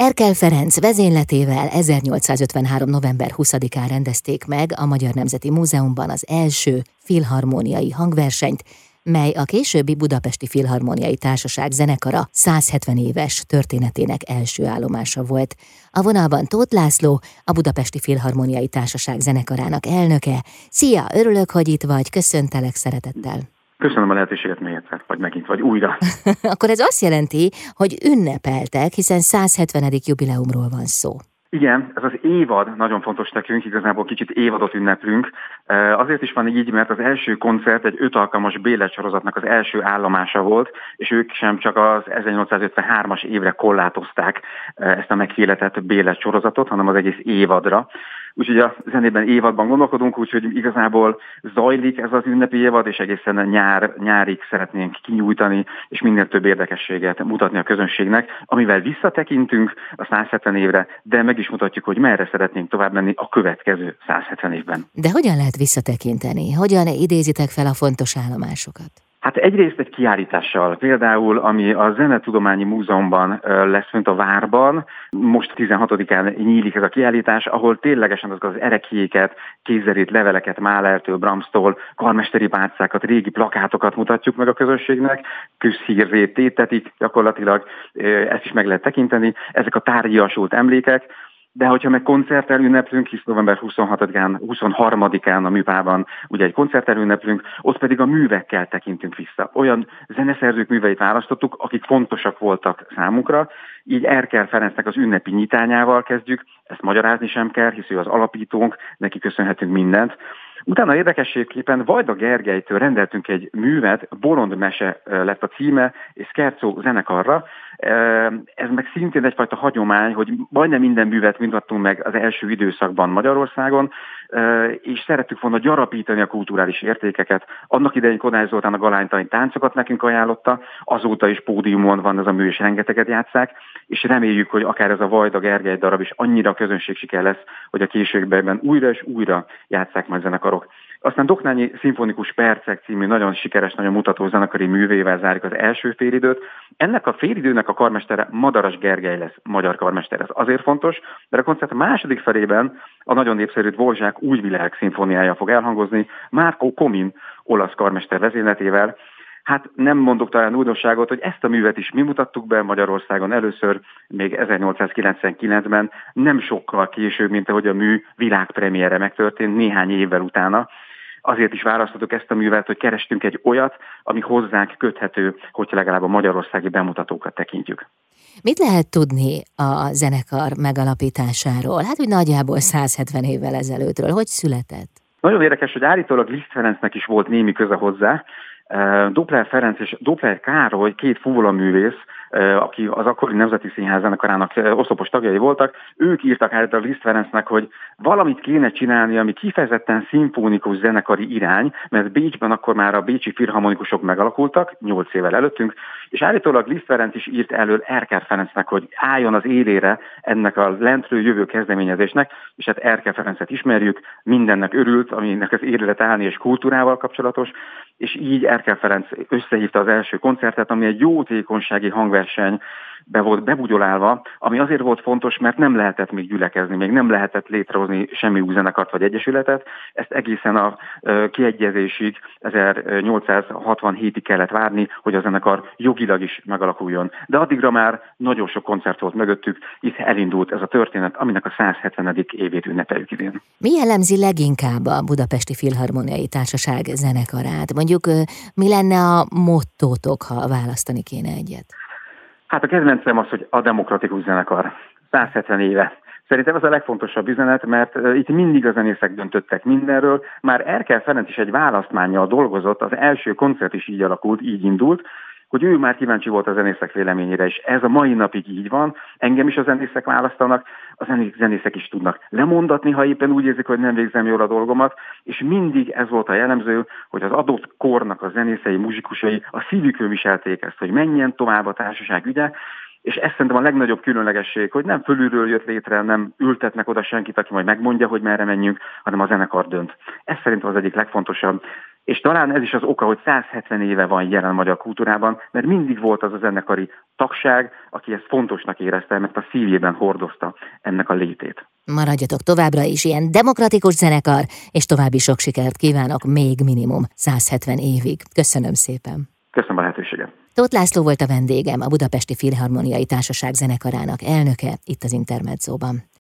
Erkel Ferenc vezényletével 1853. november 20-án rendezték meg a Magyar Nemzeti Múzeumban az első filharmóniai hangversenyt, mely a későbbi Budapesti Filharmóniai Társaság zenekara 170 éves történetének első állomása volt. A vonalban Tóth László, a Budapesti Filharmóniai Társaság zenekarának elnöke. Szia, örülök, hogy itt vagy, köszöntelek szeretettel. Köszönöm a lehetőséget még egyszer, vagy újra. Akkor ez azt jelenti, hogy ünnepeltek, hiszen 170. jubileumról van szó. Igen, ez az évad nagyon fontos nekünk, igazából kicsit évadot ünneplünk. Azért is van így, mert az első koncert egy 5 alkalmas Bélet sorozatnak az első állomása volt, és ők sem csak az 1853-as évre korlátozták ezt a meghirdetett Bélet sorozatot, hanem az egész évadra. Úgyhogy a zenében évadban gondolkodunk, úgyhogy igazából zajlik ez az ünnepi évad, és egészen nyárig szeretnénk kinyújtani, és minél több érdekességet mutatni a közönségnek, amivel visszatekintünk a 170 évre, de meg is mutatjuk, hogy merre szeretnénk tovább menni a következő 170 évben. De hogyan lehet visszatekinteni? Hogyan idézitek fel a fontos állomásokat? Hát egyrészt egy kiállítással, például ami a Zenetudományi Múzeumban lesz fönt a Várban, most 16-án nyílik ez a kiállítás, ahol ténylegesen az ereklyéket, kézzelírt leveleket Mahlertől, Brahmstól, karmesteri bácsákat, régi plakátokat mutatjuk meg a közönségnek, közhírré tétetik gyakorlatilag, ezt is meg lehet tekinteni, ezek a tárgyasult emlékek. De hogyha meg koncerttel ünneplünk, hisz november 23-án a Műpában ugye egy koncerttel ünneplünk, ott pedig a művekkel tekintünk vissza. Olyan zeneszerzők műveit választottuk, akik fontosak voltak számunkra, így Erkel Ferencnek az ünnepi nyitányával kezdjük, ezt magyarázni sem kell, hisz ő az alapítónk, neki köszönhetünk mindent. Utána érdekességképpen Vajda Gergelytől rendeltünk egy művet, Bolond mese lett a címe, és Scherzo zenekarra. Ez meg szintén egyfajta hagyomány, hogy majdnem minden művet mutattunk meg az első időszakban Magyarországon, és szerettük volna gyarapítani a kulturális értékeket. Annak idején Kodály Zoltán a galánytalan táncokat nekünk ajánlotta, azóta is pódiumon van ez a mű, és rengeteget játsszák, és reméljük, hogy akár ez a Vajda Gergely darab is annyira közönségsiker lesz, hogy a későbbiekben újra és újra játsszák majd zenekarok. Aztán Doknányi Szimfonikus Percek című nagyon sikeres, nagyon mutató zenekari művével zárjuk az első félidőt. Ennek a félidőnek a karmestere Madaras Gergely lesz, magyar karmester. Ez azért fontos, mert a koncert második felében a nagyon népszerű Dvorzsák Újvilág szimfóniája fog elhangozni Márko Komin olasz karmester vezényletével. Hát nem mondok talán újdonságot, hogy ezt a művet is mi mutattuk be Magyarországon először, még 1899-ben, nem sokkal később, mint ahogy a mű világpremiére megtörtént, néhány évvel utána. Azért is választottuk ezt a művet, hogy kerestünk egy olyat, ami hozzánk köthető, hogyha legalább a magyarországi bemutatókat tekintjük. Mit lehet tudni a zenekar megalapításáról? Hát úgy nagyjából 170 évvel ezelőttről. Hogy született? Nagyon érdekes, hogy állítólag Liszt Ferencnek is volt némi köze hozzá. Doppler Ferenc és Doppler Károly, 2 fuvolaművész, aki az akkori Nemzeti Színház zenekarának oszlopos tagjai voltak, ők írtak általában Liszt Ferencnek, hogy valamit kéne csinálni, ami kifejezetten szimfonikus zenekari irány, mert Bécsben akkor már a bécsi filharmonikusok megalakultak, 8 évvel előttünk, és állítólag Liszt Ferenc is írt elől Erkel Ferencnek, hogy álljon az élére ennek a lentről jövő kezdeményezésnek, és hát Erkel Ferencet ismerjük, mindennek örült, aminek az élére állni és kultúrával kapcsolatos, és így Erkel Ferenc összehívta az első koncertet, ami egy jótékonysági hangversenybe volt bebugyolálva, ami azért volt fontos, mert nem lehetett még gyülekezni, még nem lehetett létrehozni semmi új zenekart vagy egyesületet. Ezt egészen a kiegyezésig 1867-ig kellett várni, hogy a zenekar jogilag is megalakuljon. De addigra már nagyon sok koncert volt mögöttük, itt elindult ez a történet, aminek a 170. évét ünnepeljük idén. Mi jellemzi leginkább a Budapesti Filharmóniai Társaság zenekarát? Mondjuk mi lenne a mottótok, ha választani kéne egyet? Hát a kedvencem az, hogy a demokratikus zenekar. 170 éve. Szerintem ez a legfontosabb üzenet, mert itt mindig a zenészek döntöttek mindenről. Már Erkel Ferenc is egy választmánnyal dolgozott, az első koncert is így alakult, így indult, hogy ő már kíváncsi volt a zenészek véleményére, és ez a mai napig így van. Engem is a zenészek választanak, a zenészek is tudnak lemondatni, ha éppen úgy érzik, hogy nem végzem jól a dolgomat, és mindig ez volt a jellemző, hogy az adott kornak a zenészei, muzsikusai a szívükön viselték ezt, hogy menjen tovább a társaság ügye, és ez szerintem a legnagyobb különlegesség, hogy nem fölülről jött létre, nem ültetnek oda senkit, aki majd megmondja, hogy merre menjünk, hanem a zenekar dönt. Ez szerintem az egyik legfontosabb. És talán ez is az oka, hogy 170 éve van jelen a magyar kultúrában, mert mindig volt az a zenekari tagság, aki ezt fontosnak érezte, mert a szívében hordozta ennek a létét. Maradjatok továbbra is ilyen demokratikus zenekar, és további sok sikert kívánok még minimum 170 évig. Köszönöm szépen. Köszönöm a lehetőséget. Tóth László volt a vendégem, a Budapesti Filharmoniai Társaság zenekarának elnöke itt az Intermedzóban.